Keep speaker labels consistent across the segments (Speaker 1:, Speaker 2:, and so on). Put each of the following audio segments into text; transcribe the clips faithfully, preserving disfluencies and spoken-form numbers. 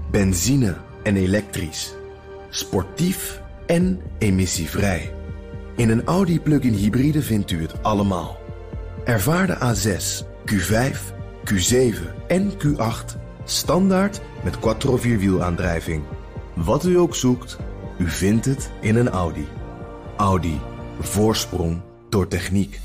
Speaker 1: Benzine en elektrisch. Sportief en emissievrij. In een Audi plug-in hybride vindt u het allemaal. Ervaar de A zes, Q vijf, Q zeven en Q acht standaard met quattro vierwielaandrijving. Wat u ook zoekt, u vindt het in een Audi. Audi. Voorsprong door techniek.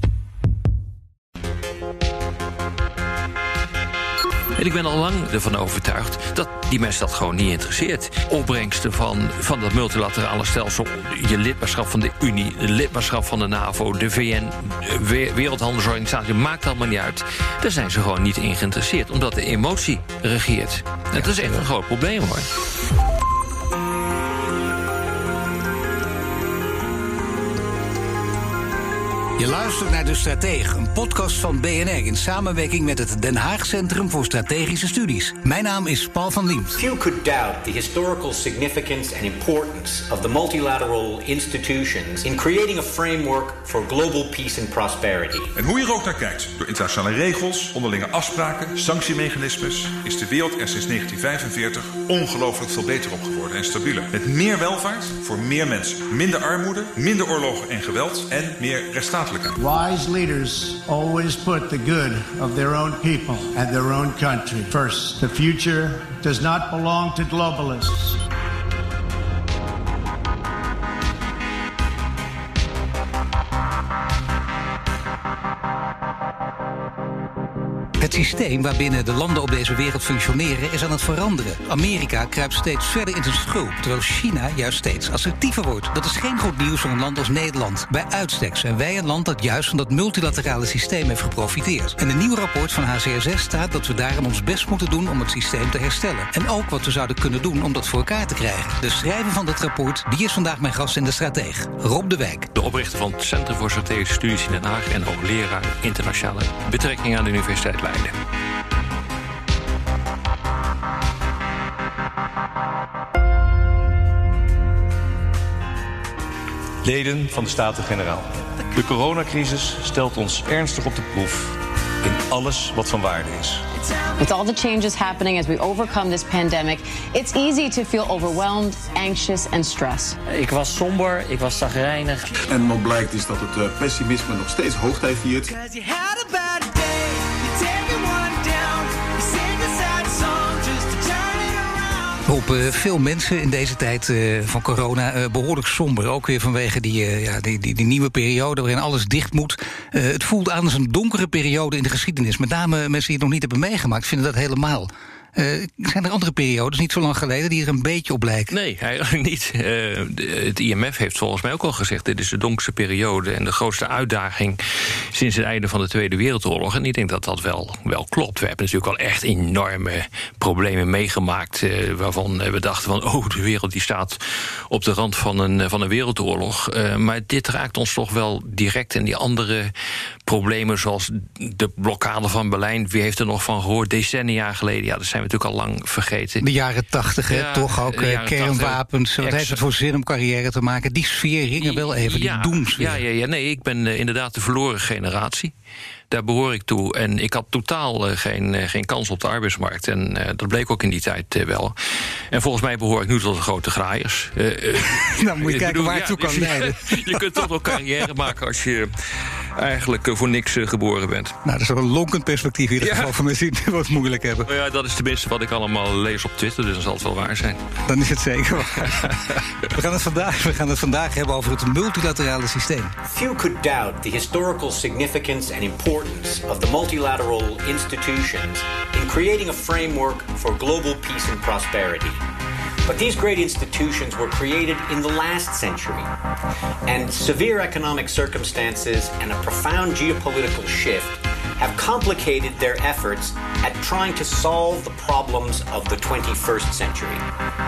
Speaker 2: En ik ben al lang ervan overtuigd dat die mensen dat gewoon niet interesseert. Opbrengsten van, van dat multilaterale stelsel, je lidmaatschap van de Unie, de lidmaatschap van de NAVO, de V N, de Wereldhandelsorganisatie, maakt allemaal niet uit. Daar zijn ze gewoon niet in geïnteresseerd, omdat de emotie regeert. En dat is echt een groot probleem, hoor.
Speaker 3: Je luistert naar De Stratege, een podcast van B N R in samenwerking met het Den Haag Centrum voor Strategische Studies. Mijn naam is Paul van Liemt.
Speaker 4: Few could doubt the historical significance and importance of the multilateral institutions in creating a framework for global peace and prosperity.
Speaker 5: En hoe je er ook naar kijkt, door internationale regels, onderlinge afspraken, sanctiemechanismes, is de wereld er sinds negentien vijfenveertig ongelooflijk veel beter op geworden en stabieler. Met meer welvaart voor meer mensen, minder armoede, minder oorlogen en geweld en meer rechtsstatelijkheid.
Speaker 6: Wise leaders always put the good of their own people and their own country first. The future does not belong to globalists.
Speaker 3: Het systeem waarbinnen de landen op deze wereld functioneren is aan het veranderen. Amerika kruipt steeds verder in zijn schulp, terwijl China juist steeds assertiever wordt. Dat is geen goed nieuws voor een land als Nederland. Bij uitstek zijn wij een land dat juist van dat multilaterale systeem heeft geprofiteerd. In een nieuw rapport van H C S S staat dat we daarom ons best moeten doen om het systeem te herstellen. En ook wat we zouden kunnen doen om dat voor elkaar te krijgen. De schrijver van dat rapport, die is vandaag mijn gast in De Stratege, Rob de Wijk.
Speaker 2: De oprichter van het Centrum voor Strategische Studies in Den Haag en hoogleraar internationale betrekkingen aan de Universiteit Leiden.
Speaker 7: Leden van de Staten-Generaal. De coronacrisis stelt ons ernstig op de proef in alles wat van waarde is.
Speaker 8: With all the changes happening as we overcome this pandemic, it's easy to feel overwhelmed, anxious and stressed.
Speaker 9: Ik was somber, ik was chagrijnig.
Speaker 10: En wat blijkt is dat het uh, pessimisme nog steeds hoogtij viert.
Speaker 3: Rob, uh, veel mensen in deze tijd uh, van corona uh, behoorlijk somber. Ook weer vanwege die, uh, ja, die, die, die nieuwe periode waarin alles dicht moet. Uh, het voelt aan als een donkere periode in de geschiedenis. Met name mensen die het nog niet hebben meegemaakt vinden dat helemaal. Uh, zijn er andere periodes, niet zo lang geleden, die er een beetje op lijken?
Speaker 2: Nee, eigenlijk niet. Uh, de, het I M F heeft volgens mij ook al gezegd, dit is de donkerste periode en de grootste uitdaging sinds het einde van de Tweede Wereldoorlog. En ik denk dat dat wel, wel klopt. We hebben natuurlijk al echt enorme problemen meegemaakt, uh, waarvan we dachten van, oh, de wereld die staat op de rand van een, van een wereldoorlog. Uh, maar dit raakt ons toch wel direct. En die andere problemen, zoals de blokkade van Berlijn, wie heeft er nog van gehoord, decennia geleden, ja, dat zijn we natuurlijk al lang vergeten.
Speaker 3: De jaren tachtig,
Speaker 2: ja,
Speaker 3: toch ook kernwapens. Wat heeft het voor zin om carrière te maken? Die sfeer hing er wel even,
Speaker 2: ja,
Speaker 3: die doemsfeer.
Speaker 2: Ja, ja, ja, nee, ik ben uh, inderdaad de verloren generatie. Daar behoor ik toe. En ik had totaal uh, geen, uh, geen kans op de arbeidsmarkt. En uh, dat bleek ook in die tijd uh, wel. En volgens mij behoor ik nu tot de grote graaiers. Uh, uh,
Speaker 3: nou, moet je kijken waar het toe kan leiden.
Speaker 2: Je kunt toch wel carrière maken als je eigenlijk uh, voor niks uh, geboren bent.
Speaker 3: Nou, dat is toch een lonkend perspectief in ieder geval, ja, voor mensen die het wat moeilijk hebben.
Speaker 2: Nou ja, dat is tenminste wat ik allemaal lees op Twitter, dus dan zal het wel waar zijn.
Speaker 3: Dan is het zeker waar. we, gaan het vandaag, we gaan het vandaag hebben over het multilaterale systeem.
Speaker 4: Few could doubt the historical significance and importance of the multilateral institutions in creating a framework for global peace and prosperity. But these great institutions were created in the last century, and severe economic circumstances and a profound geopolitical shift have complicated their efforts at trying to solve the problems of the twenty-first century.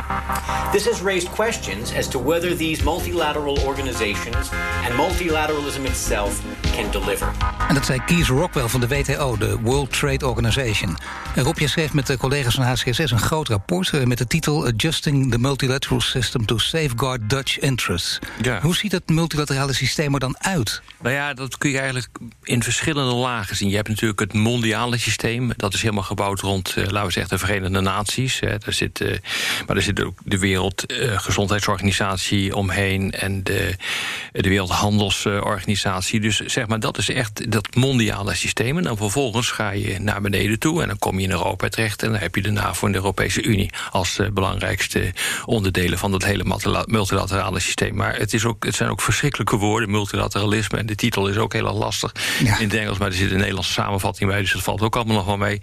Speaker 4: This has raised questions as to whether these multilateral organizations and multilateralism itself can deliver.
Speaker 3: En dat zei Kees Rockwell van de W T O, de World Trade Organization. En Rob, jij schreef met de collega's van H C S S een groot rapport met de titel Adjusting the Multilateral System to Safeguard Dutch Interests.
Speaker 2: Ja.
Speaker 3: Hoe ziet het multilaterale systeem er dan uit?
Speaker 2: Nou ja, dat kun je eigenlijk in verschillende lagen zien. Je hebt natuurlijk het mondiale systeem. Dat is heel helemaal gebouwd rond, uh, laten we zeggen, de Verenigde Naties. Hè. Daar zit, uh, maar er zit ook de Wereldgezondheidsorganisatie uh, omheen en de, de Wereldhandelsorganisatie. Dus zeg maar, dat is echt dat mondiale systeem. En dan vervolgens ga je naar beneden toe en dan kom je in Europa terecht en dan heb je de NAVO en de Europese Unie als uh, belangrijkste onderdelen van dat hele multilaterale systeem. Maar het, is ook, het zijn ook verschrikkelijke woorden, multilateralisme, en de titel is ook heel erg lastig ja. in het Engels, maar er zit een Nederlandse samenvatting bij, dus dat valt ook allemaal nog wel mee.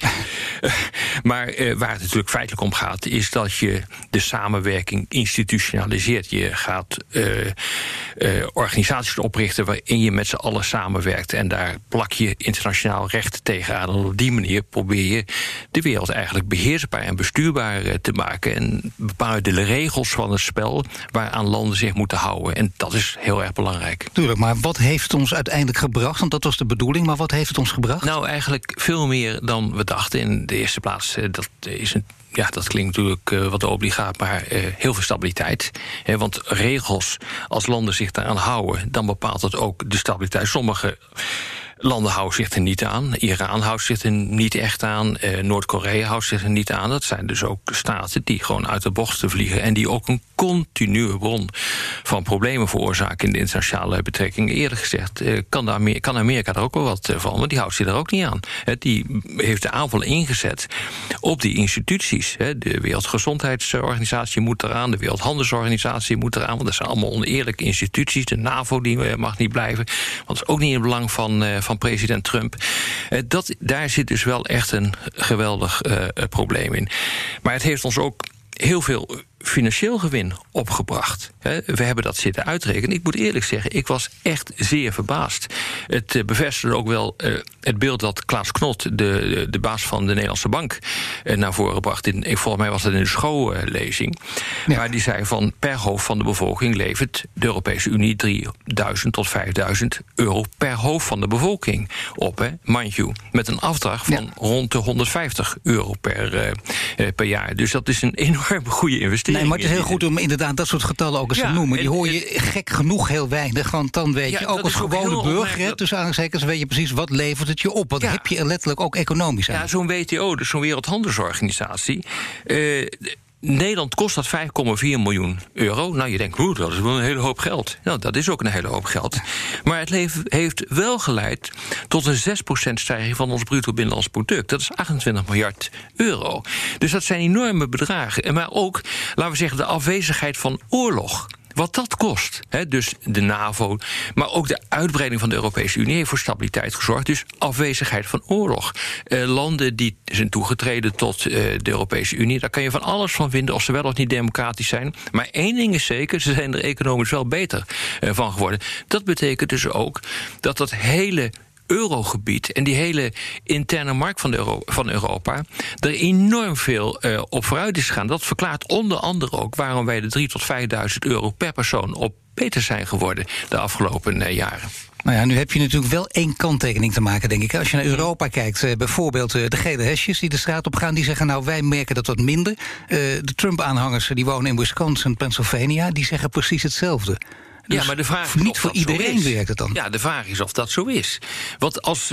Speaker 2: Maar uh, waar het natuurlijk feitelijk om gaat, is dat je de samenwerking institutionaliseert. Je gaat uh, uh, organisaties oprichten waarin je met z'n allen samenwerkt en daar plak je internationaal recht tegenaan. En op die manier probeer je de wereld eigenlijk beheersbaar en bestuurbaar uh, te maken en bepaal je de regels van het spel waaraan landen zich moeten houden. En dat is heel erg belangrijk.
Speaker 3: Tuurlijk, maar wat heeft het ons uiteindelijk gebracht? Want dat was de bedoeling, maar wat heeft het ons gebracht?
Speaker 2: Nou, eigenlijk veel meer dan we dachten. In de eerste plaats, dat is een Ja, dat klinkt natuurlijk uh, wat obligaat, maar uh, heel veel stabiliteit. He, want regels, als landen zich daaraan houden, dan bepaalt dat ook de stabiliteit. Sommige landen houden zich er niet aan. Iran houdt zich er niet echt aan. Uh, Noord-Korea houdt zich er niet aan. Dat zijn dus ook staten die gewoon uit de bochten vliegen en die ook een continue bron van problemen veroorzaken in de internationale betrekkingen. Eerder gezegd, uh, kan, Amer- kan Amerika er ook wel wat uh, van, maar die houdt zich er ook niet aan. He, die heeft de aanval ingezet op die instituties. He, de Wereldgezondheidsorganisatie moet eraan, de Wereldhandelsorganisatie moet eraan, want dat zijn allemaal oneerlijke instituties. De NAVO die uh, mag niet blijven, want dat is ook niet in het belang van uh, van president Trump. Uh, dat, daar zit dus wel echt een geweldig uh, probleem in. Maar het heeft ons ook heel veel financieel gewin opgebracht. We hebben dat zitten uitrekenen. Ik moet eerlijk zeggen, ik was echt zeer verbaasd. Het uh, bevestigde ook wel uh, het beeld dat Klaas Knot, de, de baas van de Nederlandse Bank, uh, naar voren bracht. In, volgens mij was dat in de schoollezing. Ja. Maar die zei van per hoofd van de bevolking levert de Europese Unie drieduizend tot vijfduizend euro per hoofd van de bevolking op. Hè, mind you, met een afdracht van ja. rond de honderdvijftig euro per, uh, uh, per jaar. Dus dat is een enorm goede investering.
Speaker 3: Nee, maar het is heel goed om inderdaad dat soort getallen ook eens ja, te noemen. Die hoor je gek genoeg heel weinig, want dan weet ja, je ook als gewone burger, tussen aanhalingstekens, weet je precies wat levert het je op. Wat ja. heb je er letterlijk ook economisch aan.
Speaker 2: Ja, zo'n W T O, dus zo'n Wereldhandelsorganisatie. Uh, Nederland kost dat vijf komma vier miljoen euro. Nou, je denkt, dat is wel een hele hoop geld. Nou, dat is ook een hele hoop geld. Maar het heeft wel geleid tot een zes procent stijging van ons bruto binnenlands product. Dat is achtentwintig miljard euro. Dus dat zijn enorme bedragen. Maar ook, laten we zeggen, de afwezigheid van oorlog. Wat dat kost. He, dus de NAVO, maar ook de uitbreiding van de Europese Unie heeft voor stabiliteit gezorgd. Dus afwezigheid van oorlog. Uh, landen die zijn toegetreden tot uh, de Europese Unie, daar kan je van alles van vinden of ze wel of niet democratisch zijn. Maar één ding is zeker, ze zijn er economisch wel beter uh, van geworden. Dat betekent dus ook dat dat hele eurogebied en die hele interne markt van, de Euro, van Europa er enorm veel uh, op vooruit is gegaan. Dat verklaart onder andere ook waarom wij de drie tot vijfduizend euro per persoon op beter zijn geworden de afgelopen uh, jaren.
Speaker 3: Nou ja, nu heb je natuurlijk wel één kanttekening te maken, denk ik. Als je naar Europa kijkt, uh, bijvoorbeeld uh, de gele hesjes die de straat op gaan, die zeggen, nou, wij merken dat wat minder. Uh, de Trump-aanhangers die wonen in Wisconsin, Pennsylvania, die zeggen precies hetzelfde. Dus
Speaker 2: ja, maar de vraag is
Speaker 3: niet
Speaker 2: of
Speaker 3: voor
Speaker 2: dat
Speaker 3: iedereen werkt het dan.
Speaker 2: Ja, de vraag is of dat zo is. Want als,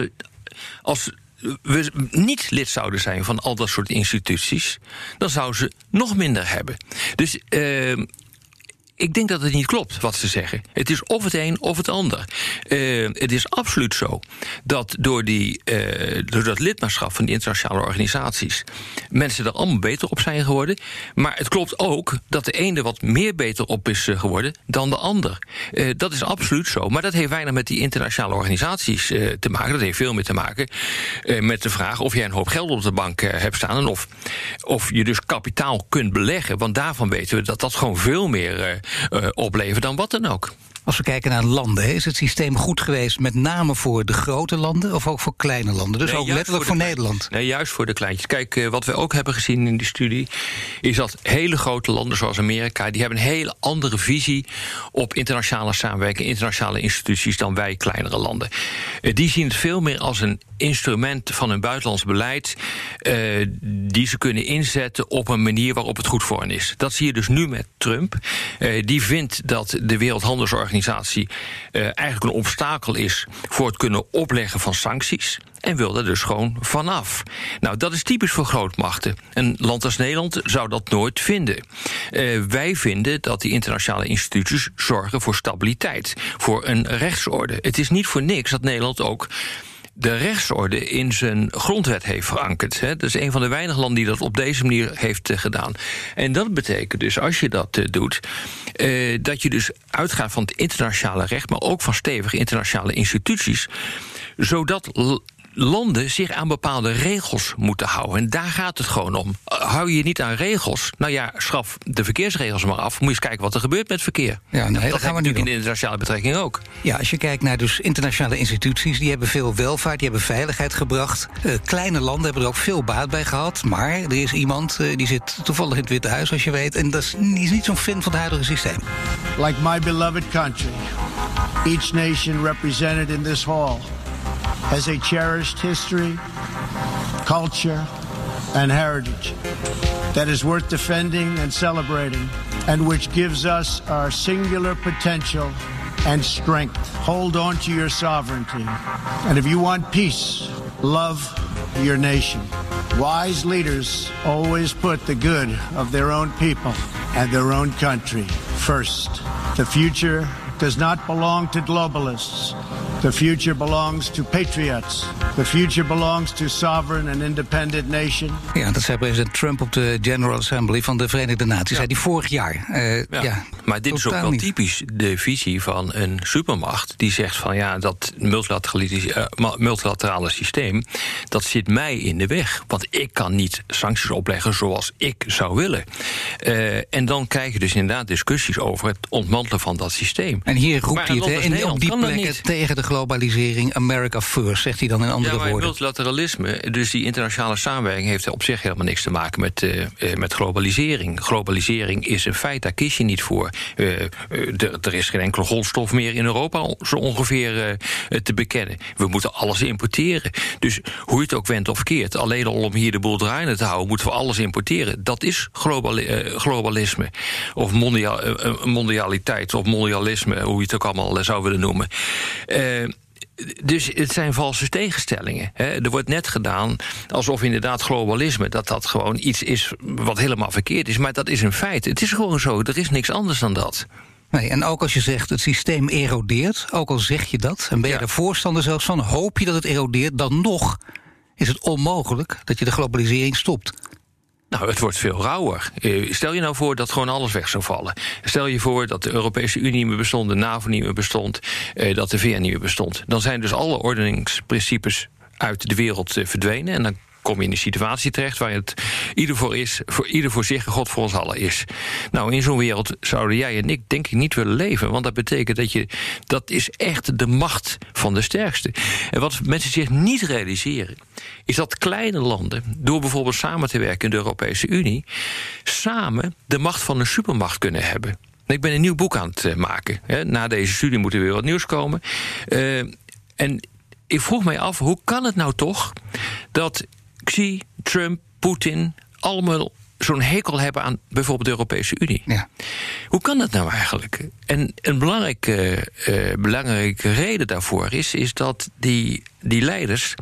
Speaker 2: als we niet lid zouden zijn van al dat soort instituties, dan zouden ze nog minder hebben. Dus Uh, ik denk dat het niet klopt wat ze zeggen. Het is of het een of het ander. Uh, het is absoluut zo dat door, die, uh, door dat lidmaatschap van die internationale organisaties mensen er allemaal beter op zijn geworden. Maar het klopt ook dat de ene wat meer beter op is geworden dan de ander. Uh, dat is absoluut zo. Maar dat heeft weinig met die internationale organisaties uh, te maken. Dat heeft veel meer te maken uh, met de vraag of jij een hoop geld op de bank uh, hebt staan en of, of je dus kapitaal kunt beleggen. Want daarvan weten we dat dat gewoon veel meer Uh, Uh, opleveren dan wat dan ook.
Speaker 3: Als we kijken naar landen, is het systeem goed geweest met name voor de grote landen of ook voor kleine landen? Dus nee, ook letterlijk voor, voor Nederland?
Speaker 2: Nee, juist voor de kleintjes. Kijk, uh, wat we ook hebben gezien in die studie is dat hele grote landen zoals Amerika, die hebben een hele andere visie op internationale samenwerking, internationale instituties dan wij kleinere landen. Uh, die zien het veel meer als een instrument van hun buitenlands beleid uh, die ze kunnen inzetten op een manier waarop het goed voor hen is. Dat zie je dus nu met Trump. Uh, die vindt dat de Wereldhandelsorganisatie Wereldhandelsorganisatie uh, eigenlijk een obstakel is voor het kunnen opleggen van sancties. En wil er dus gewoon vanaf. Nou, dat is typisch voor grootmachten. Een land als Nederland zou dat nooit vinden. Uh, wij vinden dat die internationale instituties zorgen voor stabiliteit, voor een rechtsorde. Het is niet voor niks dat Nederland ook de rechtsorde in zijn grondwet heeft verankerd. Hè. Dat is een van de weinige landen die dat op deze manier heeft uh, gedaan. En dat betekent dus, als je dat uh, doet, uh, dat je dus uitgaat van het internationale recht, maar ook van stevige internationale instituties, zodat l- landen zich aan bepaalde regels moeten houden. En daar gaat het gewoon om. Hou je je niet aan regels, nou ja, schaf de verkeersregels maar af. Moet je eens kijken wat er gebeurt met verkeer.
Speaker 3: Ja, nee, dat,
Speaker 2: dat gaan we nu in de internationale betrekking ook.
Speaker 3: Ja, als je kijkt naar dus internationale instituties, die hebben veel welvaart, die hebben veiligheid gebracht. Uh, kleine landen hebben er ook veel baat bij gehad. Maar er is iemand, uh, die zit toevallig in het Witte Huis, als je weet, en dat is, die is niet zo'n fan van het huidige systeem.
Speaker 6: Like my beloved country, each nation represented in this hall has a cherished history, culture, and heritage that is worth defending and celebrating, and which gives us our singular potential and strength. Hold on to your sovereignty. And if you want peace, love your nation. Wise leaders always put the good of their own people and their own country first. The future does not belong to globalists. The future belongs to patriots. The future belongs to sovereign and independent nation.
Speaker 3: Ja, dat zei president Trump op de General Assembly van de Verenigde Naties. Ja. Zei die vorig jaar. Uh, ja. Ja,
Speaker 2: maar dit is ook wel niet typisch de visie van een supermacht die zegt van ja, dat multilaterale systeem, dat zit mij in de weg. Want ik kan niet sancties opleggen zoals ik zou willen. Uh, en dan krijg je dus inderdaad discussies over het ontmantelen van dat systeem.
Speaker 3: En hier roept hij het he, in, op die plekken tegen de globalisering, America first, zegt hij dan in andere
Speaker 2: ja, maar
Speaker 3: woorden.
Speaker 2: Multilateralisme, dus die internationale samenwerking, heeft op zich helemaal niks te maken met, uh, met globalisering. Globalisering is een feit, daar kies je niet voor. Uh, uh, er is geen enkele grondstof meer in Europa zo ongeveer uh, te bekennen. We moeten alles importeren. Dus hoe je het ook wendt of keert, alleen al om hier de boel draaiende te houden, moeten we alles importeren. Dat is globali- uh, globalisme. Of mondial, uh, mondialiteit, of mondialisme, hoe je het ook allemaal uh, zou willen noemen. Uh, Dus het zijn valse tegenstellingen. Hè. Er wordt net gedaan alsof inderdaad globalisme, dat dat gewoon iets is wat helemaal verkeerd is. Maar dat is een feit. Het is gewoon zo. Er is niks anders dan dat.
Speaker 3: Nee, en ook als je zegt het systeem erodeert, ook al zeg je dat, en ben je ja. er voorstander zelfs van, hoop je dat het erodeert, dan nog is het onmogelijk dat je de globalisering stopt.
Speaker 2: Nou, het wordt veel rauwer. Stel je nou voor dat gewoon alles weg zou vallen. Stel je voor dat de Europese Unie niet meer bestond, de NAVO niet meer bestond, dat de V N niet meer bestond. Dan zijn dus alle ordeningsprincipes uit de wereld verdwenen en dan kom je in een situatie terecht waar het ieder voor is, voor ieder voor zich en God voor ons allen is. Nou, in zo'n wereld zouden jij en ik denk ik niet willen leven, want dat betekent dat je, dat is echt de macht van de sterkste. En wat mensen zich niet realiseren, is dat kleine landen, door bijvoorbeeld samen te werken in de Europese Unie, samen de macht van een supermacht kunnen hebben. Ik ben een nieuw boek aan het maken. Na deze studie moet er weer wat nieuws komen. Uh, en ik vroeg mij af, hoe kan het nou toch dat Xi, Trump, Poetin allemaal zo'n hekel hebben aan bijvoorbeeld de Europese Unie?
Speaker 3: Ja.
Speaker 2: Hoe kan dat nou eigenlijk? En een belangrijke, uh, belangrijke reden daarvoor is, is dat die, die leiders,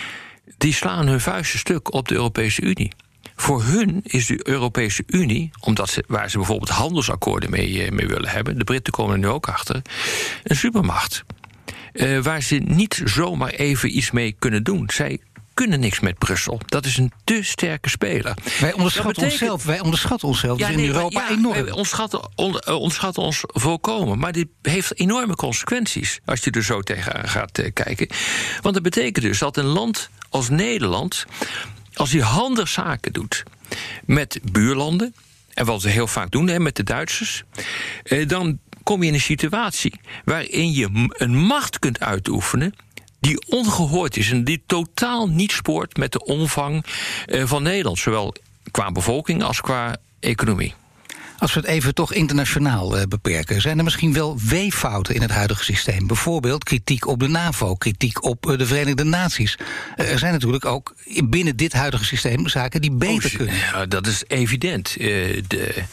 Speaker 2: die slaan hun vuisten stuk op de Europese Unie. Voor hun is de Europese Unie, omdat ze, waar ze bijvoorbeeld handelsakkoorden mee, mee willen hebben, de Britten komen er nu ook achter, een supermacht. Uh, waar ze niet zomaar even iets mee kunnen doen. Zij kunnen niks met Brussel. Dat is een te sterke speler.
Speaker 3: Wij onderschatten betekent, onszelf, wij onderschatten onszelf ja, dus nee, in Europa ja, enorm.
Speaker 2: Wij onderschatten, on, uh, onderschatten ons volkomen. Maar dit heeft enorme consequenties als je er zo tegenaan gaat uh, kijken. Want dat betekent dus dat een land als Nederland, als hij handig zaken doet met buurlanden, en wat we heel vaak doen hè, met de Duitsers, uh, dan kom je in een situatie waarin je een macht kunt uitoefenen die ongehoord is en die totaal niet spoort met de omvang van Nederland, zowel qua bevolking als qua economie.
Speaker 3: Als we het even toch internationaal uh, beperken, zijn er misschien wel weeffouten in het huidige systeem? Bijvoorbeeld kritiek op de NAVO, kritiek op uh, de Verenigde Naties. Uh, er zijn natuurlijk ook binnen dit huidige systeem zaken die beter
Speaker 2: oh,
Speaker 3: kunnen.
Speaker 2: Ja, dat is evident. Uh, de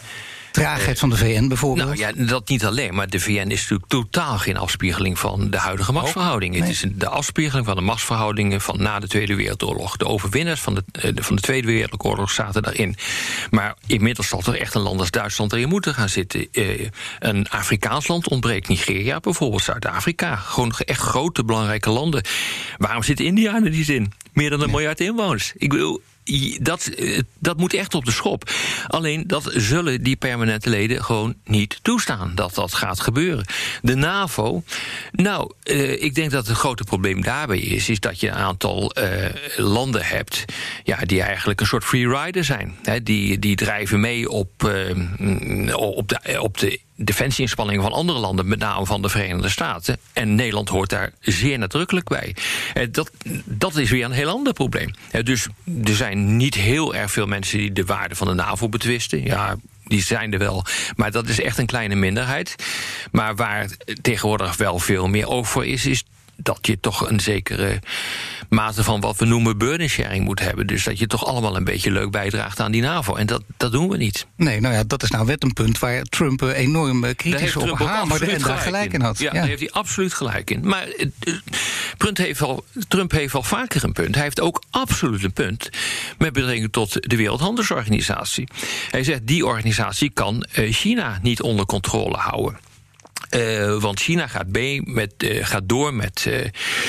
Speaker 3: Traagheid van de V N bijvoorbeeld?
Speaker 2: Nou ja, dat niet alleen, maar de V N is natuurlijk totaal geen afspiegeling van de huidige machtsverhoudingen. Oh, nee. Het is de afspiegeling van de machtsverhoudingen van na de Tweede Wereldoorlog. De overwinnaars van de, van de Tweede Wereldoorlog zaten daarin. Maar inmiddels zal er echt een land als Duitsland erin moeten gaan zitten. Uh, een Afrikaans land ontbreekt, Nigeria bijvoorbeeld, Zuid-Afrika. Gewoon echt grote, belangrijke landen. Waarom zit India er niet in? Meer dan een nee. miljard inwoners. Ik bedoel, Dat, dat moet echt op de schop. Alleen dat zullen die permanente leden gewoon niet toestaan dat dat gaat gebeuren. De NAVO, nou, uh, ik denk dat het grote probleem daarbij is, is dat je een aantal uh, landen hebt, ja, die eigenlijk een soort freerider zijn. He, die, die drijven mee op, uh, op de, op de defensieinspanningen van andere landen, met name van de Verenigde Staten. En Nederland hoort daar zeer nadrukkelijk bij. Dat, dat is weer een heel ander probleem. Dus er zijn niet heel erg veel mensen die de waarde van de NAVO betwisten. Ja, die zijn er wel, maar dat is echt een kleine minderheid. Maar waar tegenwoordig wel veel meer oog voor is, is dat je toch een zekere mate van wat we noemen burden sharing moet hebben. Dus dat je toch allemaal een beetje leuk bijdraagt aan die NAVO. En dat, dat doen we niet.
Speaker 3: Nee, nou ja, dat is nou net een punt waar Trump enorm kritisch op hamerde en daar gelijk in had.
Speaker 2: Ja, ja, daar heeft hij absoluut gelijk in. Maar Trump heeft, al, Trump heeft al vaker een punt. Hij heeft ook absoluut een punt met betrekking tot de Wereldhandelsorganisatie. Hij zegt, die organisatie kan China niet onder controle houden. Uh, want China gaat, mee met, uh, gaat door met, uh,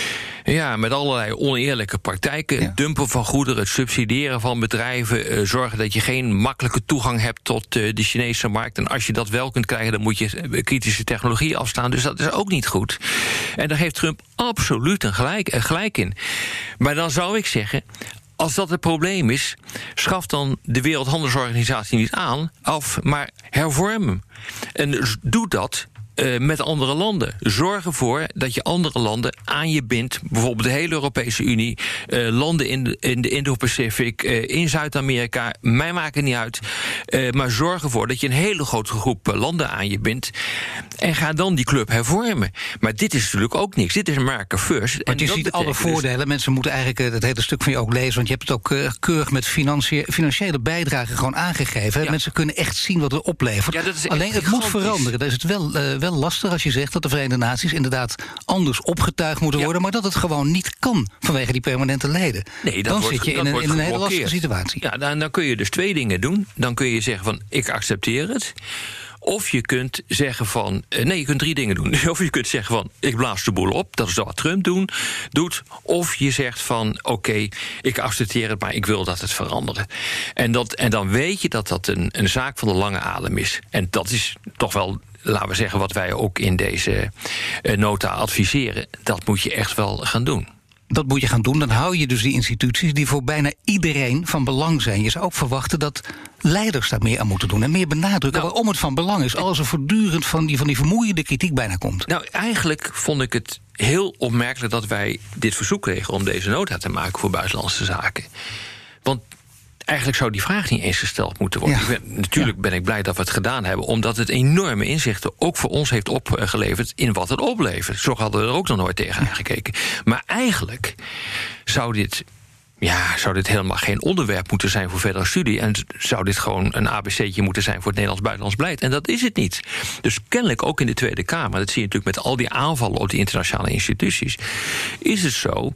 Speaker 2: ja, met allerlei oneerlijke praktijken. Ja. Dumpen van goederen, het subsidiëren van bedrijven. Uh, zorgen dat je geen makkelijke toegang hebt tot uh, de Chinese markt. En als je dat wel kunt krijgen, dan moet je kritische technologie afstaan. Dus dat is ook niet goed. En daar heeft Trump absoluut een gelijk, een gelijk in. Maar dan zou ik zeggen, als dat het probleem is, schaf dan de Wereldhandelsorganisatie niet aan, af, maar hervorm hem. En doe dat Uh, met andere landen. Zorg ervoor dat je andere landen aan je bindt. Bijvoorbeeld de hele Europese Unie, uh, landen in de, in de Indo-Pacific, uh, in Zuid-Amerika. Mij maakt het niet uit. Uh, maar zorg ervoor dat je een hele grote groep uh, landen aan je bindt. En ga dan die club hervormen. Maar dit is natuurlijk ook niks. Dit is America First.
Speaker 3: Want je ziet alle voordelen. Dus mensen moeten eigenlijk uh, het hele stuk van je ook lezen. Want je hebt het ook uh, keurig met financie- financiële bijdrage gewoon aangegeven. Ja. Mensen kunnen echt zien wat het oplevert. Ja, dat is alleen het moet veranderen. Dat is het wel, uh, wel lastig als je zegt dat de Verenigde Naties inderdaad anders opgetuigd moeten worden, ja. maar dat het gewoon niet kan vanwege die permanente leden. Nee, dat dan wordt, zit je in een, in een hele lastige situatie.
Speaker 2: Ja, dan, dan kun je dus twee dingen doen. Dan kun je zeggen van, ik accepteer het. Of je kunt zeggen van, nee, je kunt drie dingen doen. Of je kunt zeggen van, ik blaas de boel op. Dat is wat Trump doen, doet. Of je zegt van, oké, okay, ik accepteer het, maar ik wil dat het verandert. En, dat, en dan weet je dat dat een, een zaak van de lange adem is. En dat is toch wel, laten we zeggen, wat wij ook in deze uh, nota adviseren. Dat moet je echt wel gaan doen.
Speaker 3: Dat moet je gaan doen. Dan hou je dus die instituties die voor bijna iedereen van belang zijn. Je zou ook verwachten dat leiders daar meer aan moeten doen en meer benadrukken nou, waarom het van belang is. Als er voortdurend van die, van die vermoeiende kritiek bijna komt.
Speaker 2: Nou, eigenlijk vond ik het heel opmerkelijk dat wij dit verzoek kregen om deze nota te maken voor buitenlandse zaken. Want eigenlijk zou die vraag niet eens gesteld moeten worden. Ja. Ik ben, natuurlijk ja. ben ik blij dat we het gedaan hebben, omdat het enorme inzichten ook voor ons heeft opgeleverd in wat het oplevert. Zo hadden we er ook nog nooit tegen aangekeken. Maar eigenlijk zou dit, ja, zou dit helemaal geen onderwerp moeten zijn voor verdere studie. En zou dit gewoon een A B C'tje moeten zijn voor het Nederlands buitenlands beleid. En dat is het niet. Dus kennelijk ook in de Tweede Kamer, dat zie je natuurlijk met al die aanvallen op die internationale instituties, is het zo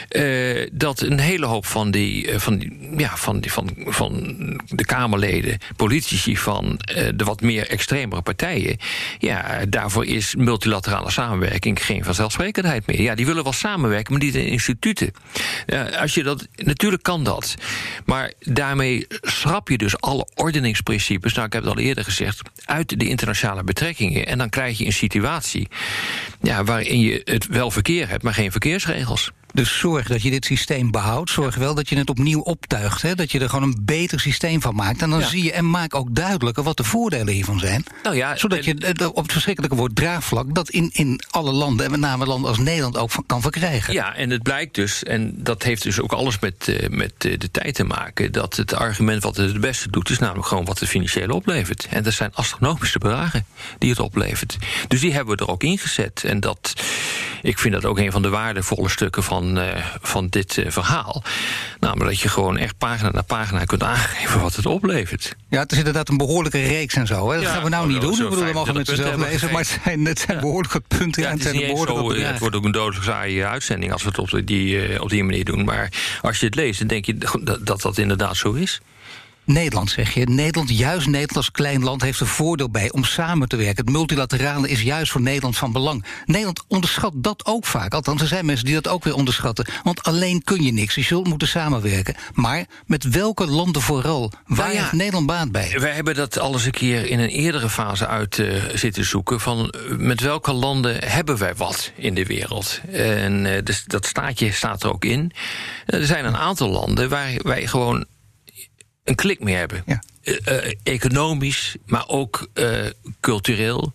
Speaker 2: uh, dat een hele hoop van die, uh, van, die, ja, van, die van, van de Kamerleden, politici van uh, de wat meer extremere partijen, ja, daarvoor is multilaterale samenwerking geen vanzelfsprekendheid meer. Ja, die willen wel samenwerken, maar niet in instituten. Uh, als je dat Natuurlijk kan dat. Maar daarmee schrap je dus alle ordeningsprincipes, nou, ik heb het al eerder gezegd, uit de internationale betrekkingen. En dan krijg je een situatie, ja, waarin je het wel verkeer hebt, maar geen verkeersregels.
Speaker 3: Dus zorg dat je dit systeem behoudt. Zorg wel dat je het opnieuw optuigt. Hè? Dat je er gewoon een beter systeem van maakt. En dan ja. zie je en maak ook duidelijker wat de voordelen hiervan zijn. Nou ja, zodat je uh, op het verschrikkelijke woord draagvlak dat in, in alle landen, en met name landen als Nederland, ook van, kan verkrijgen.
Speaker 2: Ja, en het blijkt dus, en dat heeft dus ook alles met, uh, met uh, de tijd te maken, dat het argument wat het het beste doet, is namelijk gewoon wat het financiële oplevert. En dat zijn astronomische bedragen die het oplevert. Dus die hebben we er ook ingezet. En dat, ik vind dat ook een van de waardevolle stukken van, uh, van dit uh, verhaal. Namelijk dat je gewoon echt pagina na pagina kunt aangeven wat het oplevert.
Speaker 3: Ja, het is inderdaad een behoorlijke reeks en zo. Hè. Dat ja, gaan we nou niet doen. Ik bedoel, dat mogen mensen zelf lezen. Maar het zijn, het zijn ja. behoorlijke punten.
Speaker 2: Ja,
Speaker 3: het,
Speaker 2: het, is
Speaker 3: zijn
Speaker 2: niet zo, het wordt ook een dodelijk saaie uitzending als we het op die, uh, op die manier doen. Maar als je het leest, dan denk je dat dat, dat inderdaad zo is.
Speaker 3: Nederland, zeg je. Nederland, juist Nederland als klein land, heeft er voordeel bij om samen te werken. Het multilaterale is juist voor Nederland van belang. Nederland onderschat dat ook vaak. Althans, er zijn mensen die dat ook weer onderschatten. Want alleen kun je niks. Je zult moeten samenwerken. Maar met welke landen vooral? Waar nou ja, heeft Nederland baat bij?
Speaker 2: Wij hebben dat al eens een keer in een eerdere fase uit uh, zitten zoeken. Van met welke landen hebben wij wat in de wereld? En uh, dus dat staatje staat er ook in. Er zijn een aantal landen waar wij gewoon een klik mee hebben. Ja. Uh, uh, economisch, maar ook uh, cultureel,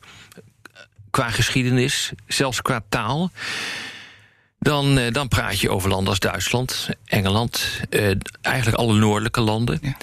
Speaker 2: qua geschiedenis, zelfs qua taal. Dan, uh, dan praat je over landen als Duitsland, Engeland, uh, eigenlijk alle noordelijke landen. Ja.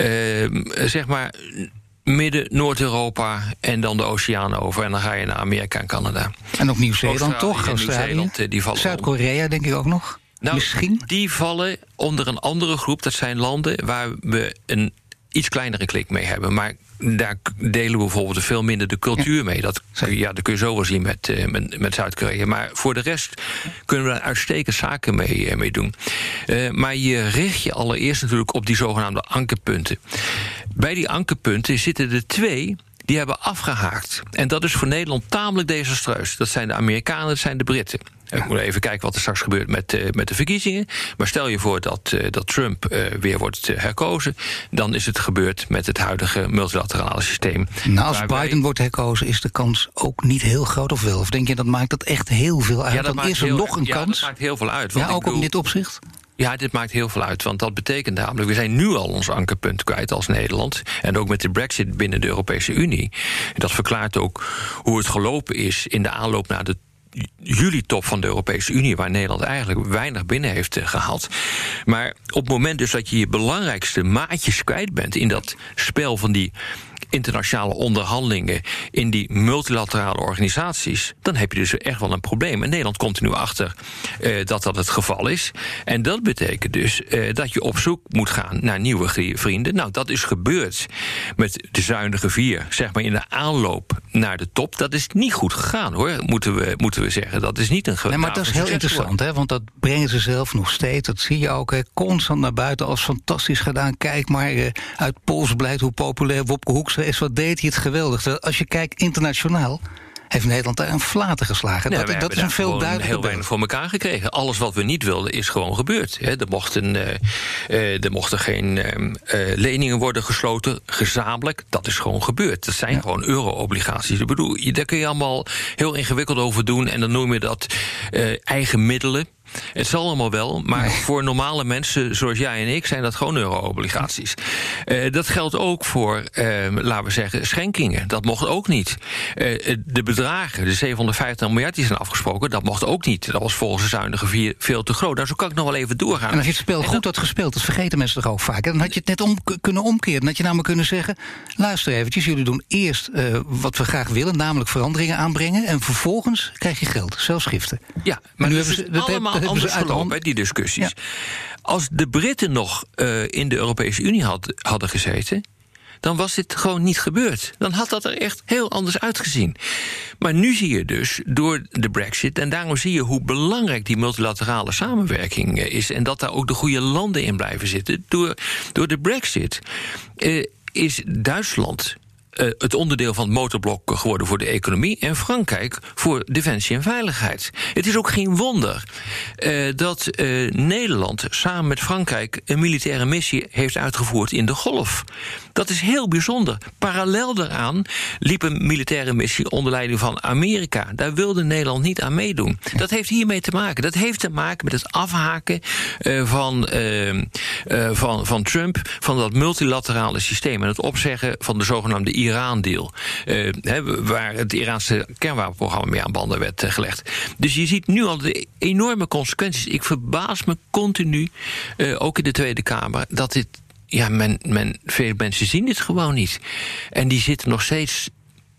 Speaker 2: Uh, zeg maar Midden, Noord-Europa en dan de oceaan over. En dan ga je naar Amerika en Canada.
Speaker 3: En ook Nieuw-Zeeland toch?
Speaker 2: Nieuw-Zeeland, die vallen
Speaker 3: Zuid-Korea denk ik ook nog.
Speaker 2: Nou,
Speaker 3: Misschien?
Speaker 2: Die vallen onder een andere groep. Dat zijn landen waar we een iets kleinere klik mee hebben. Maar daar delen we bijvoorbeeld veel minder de cultuur ja. mee. Dat, ja, dat kun je zo wel zien met, uh, met, met Zuid-Korea. Maar voor de rest kunnen we daar uitstekend zaken mee, uh, mee doen. Uh, maar je richt je allereerst natuurlijk op die zogenaamde ankerpunten. Bij die ankerpunten zitten er twee die hebben afgehaakt. En dat is voor Nederland tamelijk desastreus. Dat zijn de Amerikanen, dat zijn de Britten. Ja. We moeten even kijken wat er straks gebeurt met, uh, met de verkiezingen. Maar stel je voor dat, uh, dat Trump uh, weer wordt uh, herkozen, dan is het gebeurd met het huidige multilaterale systeem.
Speaker 3: Nou, als Biden wij... wordt herkozen, is de kans ook niet heel groot, of wel? Of denk je dat maakt dat echt heel veel uit?
Speaker 2: Ja, dat
Speaker 3: dan is er
Speaker 2: heel,
Speaker 3: nog een
Speaker 2: ja,
Speaker 3: kans.
Speaker 2: Dat maakt heel veel uit.
Speaker 3: Want ja, ook bedoel... in dit opzicht?
Speaker 2: Ja, dit maakt heel veel uit, want dat betekent namelijk, we zijn nu al ons ankerpunt kwijt als Nederland. En ook met de Brexit binnen de Europese Unie. En dat verklaart ook hoe het gelopen is in de aanloop naar de juli-top van de Europese Unie, waar Nederland eigenlijk weinig binnen heeft uh, gehaald. Maar op het moment dus dat je je belangrijkste maatjes kwijt bent in dat spel van die internationale onderhandelingen in die multilaterale organisaties, dan heb je dus echt wel een probleem. En Nederland komt er nu achter uh, dat dat het geval is. En dat betekent dus uh, dat je op zoek moet gaan naar nieuwe vrienden. Nou, dat is gebeurd met de zuinige vier, zeg maar in de aanloop naar de top. Dat is niet goed gegaan, hoor, moeten we, moeten we zeggen. Dat is niet een
Speaker 3: nee, maar dat is heel interessant, hè, want dat brengen ze zelf nog steeds. Dat zie je ook hè, constant naar buiten als fantastisch gedaan. Kijk maar uh, uit Pools beleid hoe populair Wopke Hoekstra is. Wat deed hij het geweldig. Als je kijkt internationaal, heeft Nederland daar een flater geslagen.
Speaker 2: Nee,
Speaker 3: dat, dat is een veel duidelijker
Speaker 2: heel weinig voor elkaar gekregen. Alles wat we niet wilden is gewoon gebeurd. He, er, mochten, uh, uh, er mochten geen uh, uh, leningen worden gesloten, gezamenlijk. Dat is gewoon gebeurd. Dat zijn ja. gewoon euro-obligaties. Ik bedoel, daar kun je allemaal heel ingewikkeld over doen. En dan noem je dat uh, eigen middelen. Het zal allemaal wel, maar nee. voor normale mensen zoals jij en ik zijn dat gewoon euro-obligaties. Uh, dat geldt ook voor, uh, laten we zeggen, schenkingen. Dat mocht ook niet. Uh, de bedragen, de zevenhonderdvijftig miljard die zijn afgesproken, dat mocht ook niet. Dat was volgens de zuinige vier veel te groot. Nou, zo kan ik nog wel even doorgaan.
Speaker 3: En als je het spel goed dat... had gespeeld, dat vergeten mensen toch ook vaak. Dan had je het net om kunnen omkeren. Dan had je namelijk kunnen zeggen, luister eventjes, jullie doen eerst uh, wat we graag willen, namelijk veranderingen aanbrengen, en vervolgens krijg je geld, zelfs giften.
Speaker 2: Ja, maar nu hebben ze dat allemaal heb, anders gelopen, die discussies. Ja. Als de Britten nog uh, in de Europese Unie had, hadden gezeten, dan was dit gewoon niet gebeurd. Dan had dat er echt heel anders uitgezien. Maar nu zie je dus door de Brexit, en daarom zie je hoe belangrijk die multilaterale samenwerking is, en dat daar ook de goede landen in blijven zitten. Door, door de Brexit uh, is Duitsland Uh, het onderdeel van het motorblok geworden voor de economie, en Frankrijk voor defensie en veiligheid. Het is ook geen wonder uh, dat uh, Nederland samen met Frankrijk een militaire missie heeft uitgevoerd in de Golf. Dat is heel bijzonder. Parallel daaraan liep een militaire missie onder leiding van Amerika. Daar wilde Nederland niet aan meedoen. Dat heeft hiermee te maken. Dat heeft te maken met het afhaken uh, van, uh, uh, van, van Trump, van dat multilaterale systeem, en het opzeggen van de zogenaamde Iran-deal, uh, he, waar het Iraanse kernwapenprogramma mee aan banden werd uh, gelegd. Dus je ziet nu al de enorme consequenties. Ik verbaas me continu, uh, ook in de Tweede Kamer, dat dit, ja, men, men, veel mensen zien dit gewoon niet. En die zitten nog steeds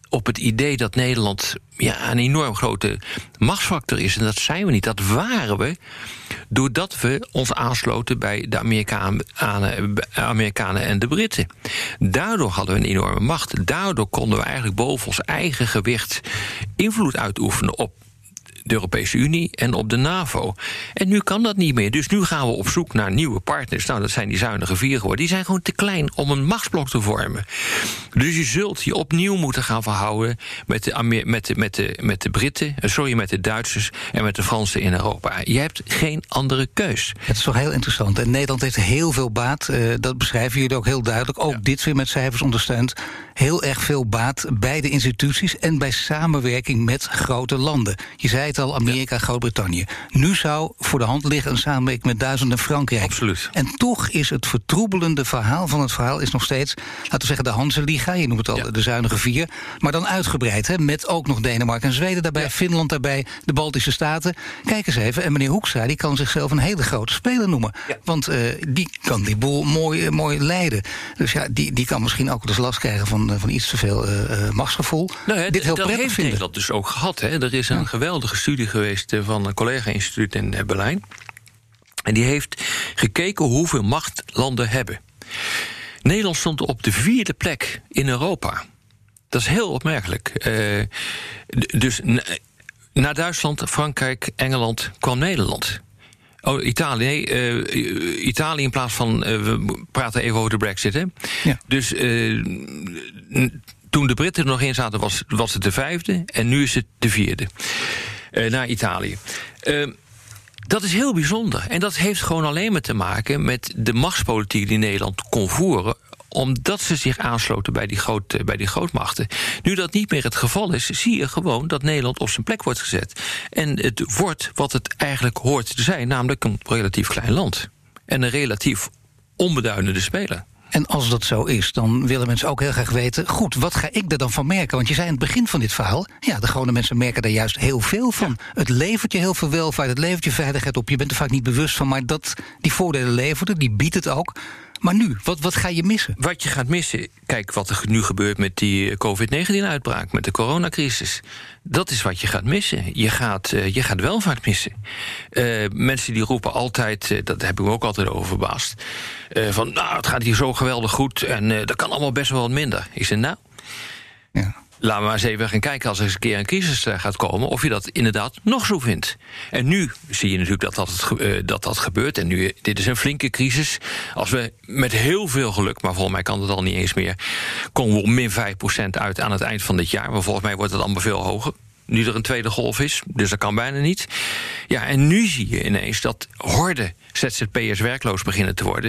Speaker 2: op het idee dat Nederland ja, een enorm grote machtsfactor is. En dat zijn we niet. Dat waren we doordat we ons aansloten bij de Amerikanen, Amerikanen en de Britten. Daardoor hadden we een enorme macht. Daardoor konden we eigenlijk boven ons eigen gewicht invloed uitoefenen op de Europese Unie en op de NAVO. En nu kan dat niet meer. Dus nu gaan we op zoek naar nieuwe partners. Nou, dat zijn die zuinige vier geworden. Die zijn gewoon te klein om een machtsblok te vormen. Dus je zult je opnieuw moeten gaan verhouden met de, Amer- met de, met de, met de Britten, sorry, met de Duitsers en met de Fransen in Europa. Je hebt geen andere keus.
Speaker 3: Het is toch heel interessant. En Nederland heeft heel veel baat. Uh, dat beschrijven jullie ook heel duidelijk. Ook ja. dit weer met cijfers ondersteund. Heel erg veel baat bij de instituties en bij samenwerking met grote landen. Je zei het al, Amerika, ja. Groot-Brittannië. Nu zou voor de hand liggen een samenwerking met Duitsland en Frankrijk.
Speaker 2: Absoluut.
Speaker 3: En toch is het vertroebelende verhaal van het verhaal is nog steeds, laten we zeggen, de Hanse-liga. Je noemt het al ja. de zuinige vier. Maar dan uitgebreid, hè, met ook nog Denemarken en Zweden daarbij, ja. Finland daarbij, de Baltische Staten. Kijk eens even, en meneer Hoekstra, die kan zichzelf een hele grote speler noemen. Ja. Want uh, die kan die boel mooi, mooi leiden. Dus ja, die, die kan misschien ook eens last krijgen van, van iets te veel uh, machtsgevoel.
Speaker 2: Nou ja,
Speaker 3: Dit heel
Speaker 2: dat
Speaker 3: prettig
Speaker 2: heeft
Speaker 3: vinden.
Speaker 2: Nederland dus ook gehad. Hè. Er is een ja. geweldige studie geweest van een collega-instituut in Berlijn. En die heeft gekeken hoeveel macht landen hebben. Nederland stond op de vierde plek in Europa. Dat is heel opmerkelijk. Uh, d- dus n- na Duitsland, Frankrijk, Engeland kwam Nederland. Oh, Italië, nee, uh, Italië in plaats van, uh, we praten even over de Brexit, hè. Ja. Dus uh, n- toen de Britten er nog in zaten, was, was het de vijfde en nu is het de vierde. Uh, naar Italië. Uh, dat is heel bijzonder. En dat heeft gewoon alleen maar te maken met de machtspolitiek die Nederland kon voeren, omdat ze zich aansloten bij die, groot, bij die grootmachten. Nu dat niet meer het geval is, zie je gewoon dat Nederland op zijn plek wordt gezet. En het wordt wat het eigenlijk hoort te zijn, namelijk een relatief klein land. En een relatief onbeduidende speler.
Speaker 3: En als dat zo is, dan willen mensen ook heel graag weten, goed, wat ga ik er dan van merken? Want je zei in het begin van dit verhaal, ja, de gewone mensen merken daar juist heel veel van. Ja. Het levert je heel veel welvaart, het levert je veiligheid op. Je bent er vaak niet bewust van, maar dat die voordelen levert, die biedt het ook. Maar nu, wat, wat ga je missen?
Speaker 2: Wat je gaat missen, kijk wat er nu gebeurt met die covid negentien-uitbraak, met de coronacrisis. Dat is wat je gaat missen. Je gaat, uh, je gaat welvaart missen. Uh, mensen die roepen altijd, uh, dat heb ik me ook altijd over verbaasd, uh, van nou, het gaat hier zo geweldig goed en uh, dat kan allemaal best wel wat minder. Ik zeg nou, ja. Laten we maar eens even gaan kijken als er eens een keer een crisis gaat komen, of je dat inderdaad nog zo vindt. En nu zie je natuurlijk dat dat, uh, dat, dat gebeurt. En nu, dit is een flinke crisis. Als we met heel veel geluk, maar volgens mij kan het al niet eens meer, komen we op min vijf procent uit aan het eind van dit jaar. Maar volgens mij wordt het allemaal veel hoger. Nu er een tweede golf is, dus dat kan bijna niet. Ja, en nu zie je ineens dat horden Z Z P'ers werkloos beginnen te worden.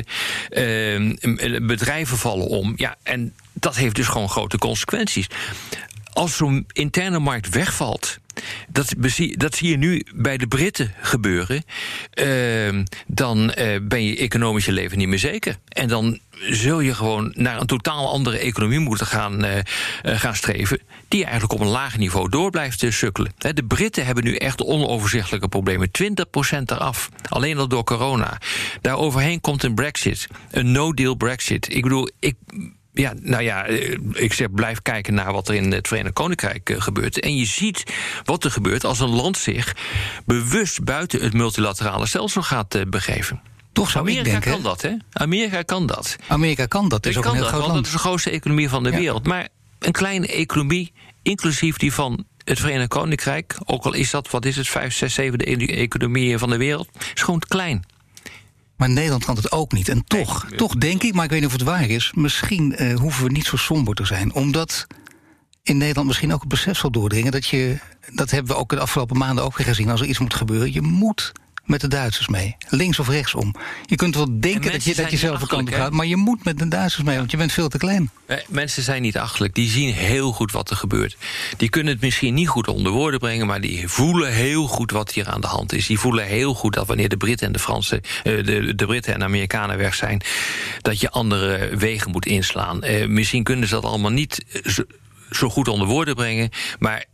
Speaker 2: Uh, bedrijven vallen om. Ja, en dat heeft dus gewoon grote consequenties. Als zo'n interne markt wegvalt, dat, dat zie je nu bij de Britten gebeuren, uh, dan uh, ben je economisch je leven niet meer zeker. En dan zul je gewoon naar een totaal andere economie moeten gaan, uh, uh, gaan streven, die eigenlijk op een lager niveau door blijft uh, sukkelen. He, de Britten hebben nu echt onoverzichtelijke problemen. twintig procent eraf, alleen al door corona. Daar overheen komt een Brexit, een no-deal Brexit. Ik bedoel, ik... Ja, nou ja, ik zeg, blijf kijken naar wat er in het Verenigd Koninkrijk uh, gebeurt. En je ziet wat er gebeurt als een land zich bewust buiten het multilaterale stelsel gaat uh, begeven.
Speaker 3: Toch zou
Speaker 2: Amerika
Speaker 3: ik denken,
Speaker 2: kan dat, hè? Amerika kan dat.
Speaker 3: Amerika kan dat, is ook
Speaker 2: kan
Speaker 3: een heel
Speaker 2: dat,
Speaker 3: groot
Speaker 2: want
Speaker 3: land.
Speaker 2: het is de grootste economie van de
Speaker 3: ja.
Speaker 2: wereld. Maar een kleine economie, inclusief die van het Verenigd Koninkrijk, ook al is dat, wat is het, vijf, zes, zeven de economie van de wereld, is gewoon te klein.
Speaker 3: Maar Nederland kan het ook niet. En toch, nee, toch denk ik, maar ik weet niet of het waar is, misschien uh, hoeven we niet zo somber te zijn. Omdat in Nederland misschien ook het besef zal doordringen dat je, dat hebben we ook de afgelopen maanden ook weer gezien, als er iets moet gebeuren, je moet met de Duitsers mee. Links of rechtsom. Je kunt wel denken dat je, dat je zelf een kant op gaat, maar je moet met de Duitsers mee, want je bent veel te klein.
Speaker 2: Mensen zijn niet achterlijk. Die zien heel goed wat er gebeurt. Die kunnen het misschien niet goed onder woorden brengen, maar die voelen heel goed wat hier aan de hand is. Die voelen heel goed dat wanneer de Britten en de Fransen, de, de Britten en de Amerikanen weg zijn, dat je andere wegen moet inslaan. Uh, misschien kunnen ze dat allemaal niet zo, zo goed onder woorden brengen, maar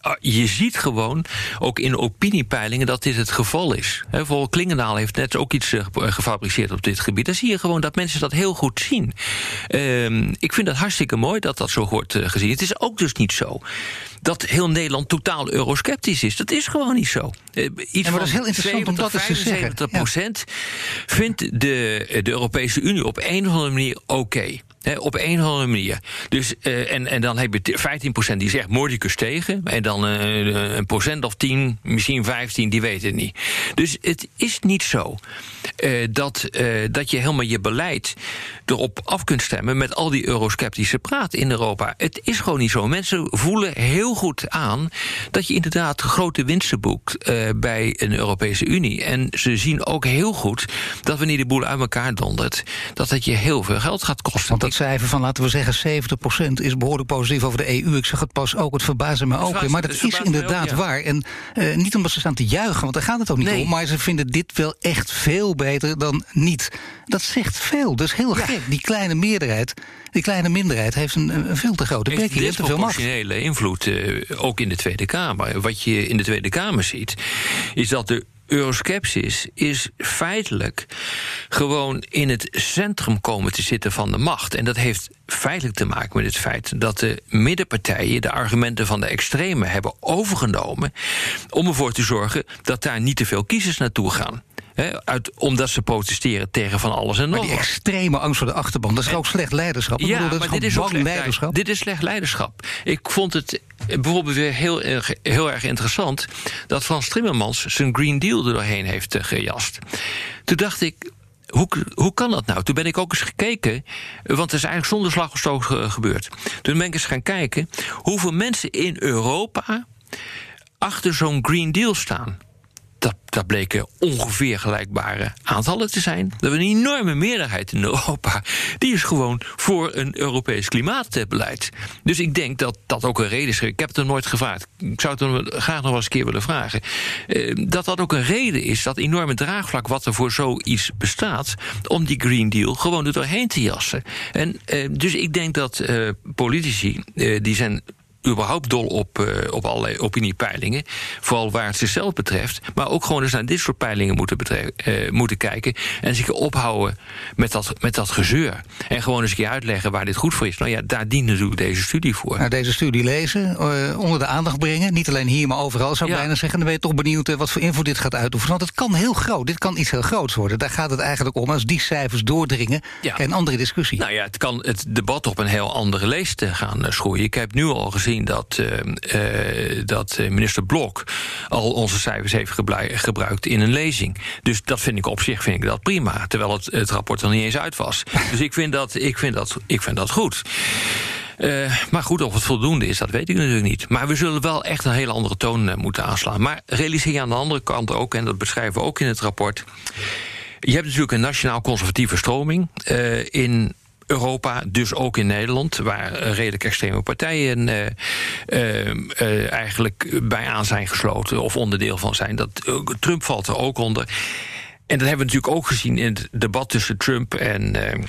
Speaker 2: je ziet gewoon, ook in opiniepeilingen, dat dit het geval is. He, voor Klingendaal heeft net ook iets uh, gefabriceerd op dit gebied. Dan zie je gewoon dat mensen dat heel goed zien. Uh, ik vind het hartstikke mooi dat dat zo wordt uh, gezien. Het is ook dus niet zo dat heel Nederland totaal eurosceptisch is. Dat is gewoon niet zo. Uh, iets
Speaker 3: ja, maar dat is heel interessant
Speaker 2: zeventig,
Speaker 3: om dat eens te zeggen.
Speaker 2: zeventig procent ja. vindt de, de Europese Unie op een of andere manier oké. Okay. He, op een of andere manier. Dus, uh, en, en dan heb je vijftien procent die zegt mordicus tegen. En dan uh, een procent of tien, misschien vijftien, die weten het niet. Dus het is niet zo uh, dat, uh, dat je helemaal je beleid erop af kunt stemmen met al die eurosceptische praat in Europa. Het is gewoon niet zo. Mensen voelen heel goed aan dat je inderdaad grote winsten boekt uh, bij een Europese Unie. En ze zien ook heel goed dat wanneer de boel uit elkaar dondert, dat het je heel veel geld gaat kosten.
Speaker 3: Want dat cijfer van, laten we zeggen, zeventig procent is behoorlijk positief over de E U. Ik zeg het pas ook, het verbaasde me ook. Maar dat is inderdaad ook, ja. waar. En uh, niet omdat ze staan te juichen, want daar gaat het ook niet nee. om. Maar ze vinden dit wel echt veel beter dan niet. Dat zegt veel. Dat is heel ja. gek. Die kleine meerderheid, die kleine minderheid heeft een, een veel te grote bek.
Speaker 2: Heeft een proportionele invloed, uh, ook in de Tweede Kamer. Wat je in de Tweede Kamer ziet, is dat de euroskepsis is feitelijk gewoon in het centrum komen te zitten van de macht. En dat heeft feitelijk te maken met het feit dat de middenpartijen de argumenten van de extremen hebben overgenomen om ervoor te zorgen dat daar niet te veel kiezers naartoe gaan. He, uit, omdat ze protesteren tegen van alles en nog wat.
Speaker 3: Maar die extreme angst voor de achterban, dat is en, ook slecht leiderschap.
Speaker 2: Ja,
Speaker 3: bedoel, dat
Speaker 2: maar
Speaker 3: is
Speaker 2: dit is ook slecht
Speaker 3: leiderschap.
Speaker 2: Dit is slecht leiderschap. Ik vond het bijvoorbeeld weer heel, heel erg interessant dat Frans Timmermans zijn Green Deal er doorheen heeft gejast. Toen dacht ik, Hoe, hoe kan dat nou? Toen ben ik ook eens gekeken, want het is eigenlijk zonder slag of stoot gebeurd. Toen ben ik eens gaan kijken hoeveel mensen in Europa achter zo'n Green Deal staan. Dat, dat bleken ongeveer gelijkbare aantallen te zijn. We hebben een enorme meerderheid in Europa. Die is gewoon voor een Europees klimaatbeleid. Dus ik denk dat dat ook een reden is. Ik heb het er nooit gevraagd. Ik zou het er graag nog wel eens een keer willen vragen. Uh, dat dat ook een reden is, dat enorme draagvlak wat er voor zoiets bestaat, om die Green Deal gewoon er doorheen te jassen. En uh, dus ik denk dat uh, politici, uh, die zijn überhaupt dol op, uh, op allerlei opiniepeilingen, vooral waar het zichzelf betreft, maar ook gewoon eens naar dit soort peilingen moeten, betre- uh, moeten kijken en zich ophouden met dat, met dat gezeur. En gewoon eens een keer uitleggen waar dit goed voor is. Nou ja, daar dient natuurlijk deze studie voor.
Speaker 3: Nou, deze studie lezen, uh, onder de aandacht brengen, niet alleen hier, maar overal, zou ik ja. bijna zeggen. Dan ben je toch benieuwd uh, wat voor invloed dit gaat uitoefenen. Want het kan heel groot, dit kan iets heel groots worden. Daar gaat het eigenlijk om. Als die cijfers doordringen, ja. een andere discussie.
Speaker 2: Nou ja, het kan het debat op een heel andere leest gaan uh, schoeien. Ik heb nu al gezien dat, uh, uh, dat minister Blok al onze cijfers heeft gebruik, gebruikt in een lezing. Dus dat vind ik op zich vind ik dat prima. Terwijl het, het rapport er niet eens uit was. Dus ik vind dat, ik vind dat, ik vind dat goed. Uh, maar goed, of het voldoende is, dat weet ik natuurlijk niet. Maar we zullen wel echt een hele andere toon uh, moeten aanslaan. Maar realiseer je aan de andere kant ook, en dat beschrijven we ook in het rapport, je hebt natuurlijk een nationaal conservatieve stroming uh, in Europa, dus ook in Nederland, waar redelijk extreme partijen uh, uh, uh, eigenlijk bij aan zijn gesloten of onderdeel van zijn. Dat, uh, Trump valt er ook onder. En dat hebben we natuurlijk ook gezien in het debat tussen Trump en Uh,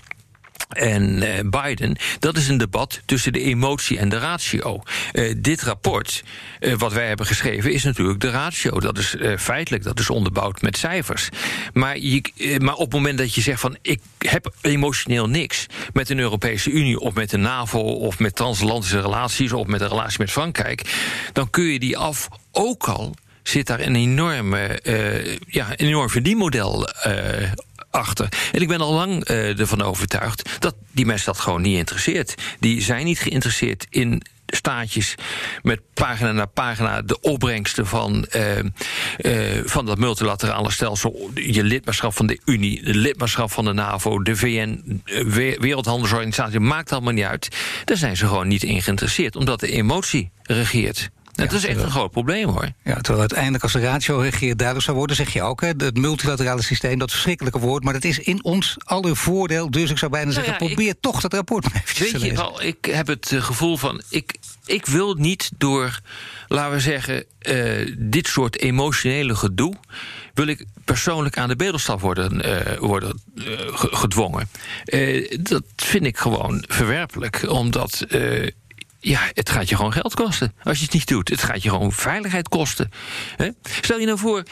Speaker 2: En uh, Biden, dat is een debat tussen de emotie en de ratio. Uh, dit rapport, uh, wat wij hebben geschreven, is natuurlijk de ratio. Dat is uh, feitelijk, dat is onderbouwd met cijfers. Maar, je, uh, maar op het moment dat je zegt van, ik heb emotioneel niks met een Europese Unie of met de NAVO of met transatlantische relaties of met een relatie met Frankrijk, dan kun je die af, ook al zit daar een enorme, uh, ja, een enorm verdienmodel uh, achter. En ik ben al lang uh, ervan overtuigd dat die mensen dat gewoon niet interesseert. Die zijn niet geïnteresseerd in staatjes met pagina na pagina de opbrengsten van, uh, uh, van dat multilaterale stelsel. Je lidmaatschap van de Unie, de lidmaatschap van de NAVO, de V N, uh, Wereldhandelsorganisatie, maakt allemaal niet uit. Daar zijn ze gewoon niet in geïnteresseerd, omdat de emotie regeert. Ja, dat is echt een groot probleem, hoor.
Speaker 3: Ja, terwijl uiteindelijk als de ratio regeert duidelijk zou worden, zeg je ook, hè, het multilaterale systeem, dat verschrikkelijke woord, maar dat is in ons aller voordeel. Dus ik zou bijna nou zeggen, ja, probeer ik, toch dat rapport maar eventjes te lezen.
Speaker 2: Weet je wel, ik heb het gevoel van, ik, ik wil niet door, laten we zeggen, uh, dit soort emotionele gedoe, wil ik persoonlijk aan de bedelstaf worden, uh, worden uh, gedwongen. Uh, dat vind ik gewoon verwerpelijk, omdat Uh, ja, het gaat je gewoon geld kosten als je het niet doet. Het gaat je gewoon veiligheid kosten. Hè? Stel je nou voor,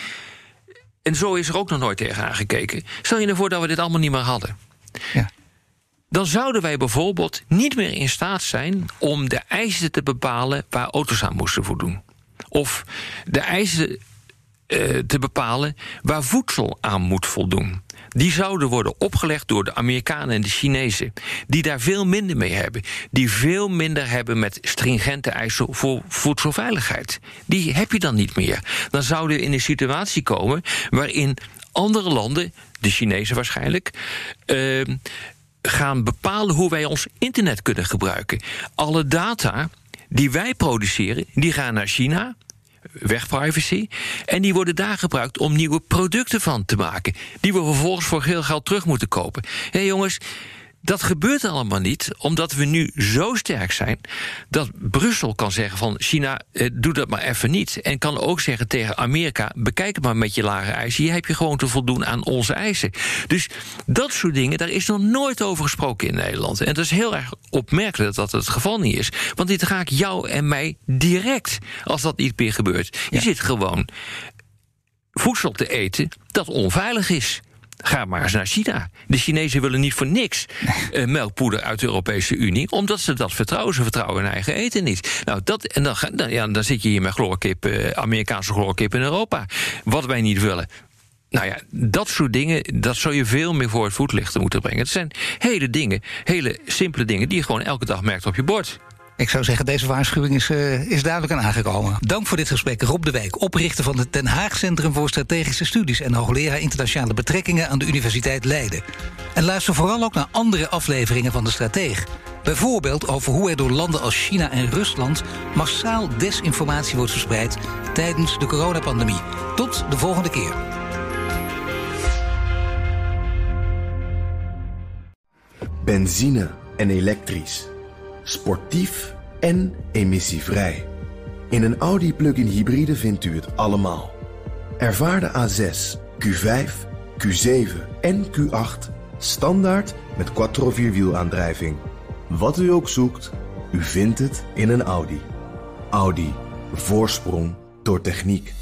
Speaker 2: en zo is er ook nog nooit tegen aangekeken. Stel je nou voor dat we dit allemaal niet meer hadden.
Speaker 3: Ja.
Speaker 2: Dan zouden wij bijvoorbeeld niet meer in staat zijn om de eisen te bepalen waar auto's aan moesten voldoen. Of de eisen uh, te bepalen waar voedsel aan moet voldoen. Die zouden worden opgelegd door de Amerikanen en de Chinezen, die daar veel minder mee hebben. Die veel minder hebben met stringente eisen voor voedselveiligheid. Die heb je dan niet meer. Dan zouden we in een situatie komen waarin andere landen, de Chinezen waarschijnlijk, Uh, gaan bepalen hoe wij ons internet kunnen gebruiken. Alle data die wij produceren, die gaan naar China, wegprivacy, en die worden daar gebruikt om nieuwe producten van te maken, die we vervolgens voor heel geld terug moeten kopen. Hé hey jongens, dat gebeurt allemaal niet, omdat we nu zo sterk zijn dat Brussel kan zeggen van China, eh, doe dat maar even niet. En kan ook zeggen tegen Amerika, bekijk het maar met je lage eisen. Hier heb je gewoon te voldoen aan onze eisen. Dus dat soort dingen, daar is nog nooit over gesproken in Nederland. En het is heel erg opmerkelijk dat dat het geval niet is. Want dit raakt jou en mij direct als dat niet meer gebeurt. Je ja. zit gewoon voedsel te eten dat onveilig is. Ga maar eens naar China. De Chinezen willen niet voor niks uh, melkpoeder uit de Europese Unie, omdat ze dat vertrouwen. Ze vertrouwen hun eigen eten niet. Nou, dat, en dan, dan, ja, dan zit je hier met chloorkip, uh, Amerikaanse chloorkip in Europa. Wat wij niet willen. Nou ja, dat soort dingen, dat zou je veel meer voor het voetlicht moeten brengen. Het zijn hele dingen, hele simpele dingen die je gewoon elke dag merkt op je bord.
Speaker 3: Ik zou zeggen, deze waarschuwing is, uh, is duidelijk aan aangekomen. Dank voor dit gesprek, Rob de Wijk, oprichter van het Den Haag Centrum voor Strategische Studies en hoogleraar internationale betrekkingen aan de Universiteit Leiden. En luister vooral ook naar andere afleveringen van De Strateeg. Bijvoorbeeld over hoe er door landen als China en Rusland massaal desinformatie wordt verspreid tijdens de coronapandemie. Tot de volgende keer.
Speaker 1: Benzine en elektrisch. Sportief en emissievrij. In een Audi plug-in hybride vindt u het allemaal. Ervaar de A zes, Q vijf, Q zeven en Q acht standaard met quattro vierwielaandrijving. Wat u ook zoekt, u vindt het in een Audi. Audi. Voorsprong door techniek.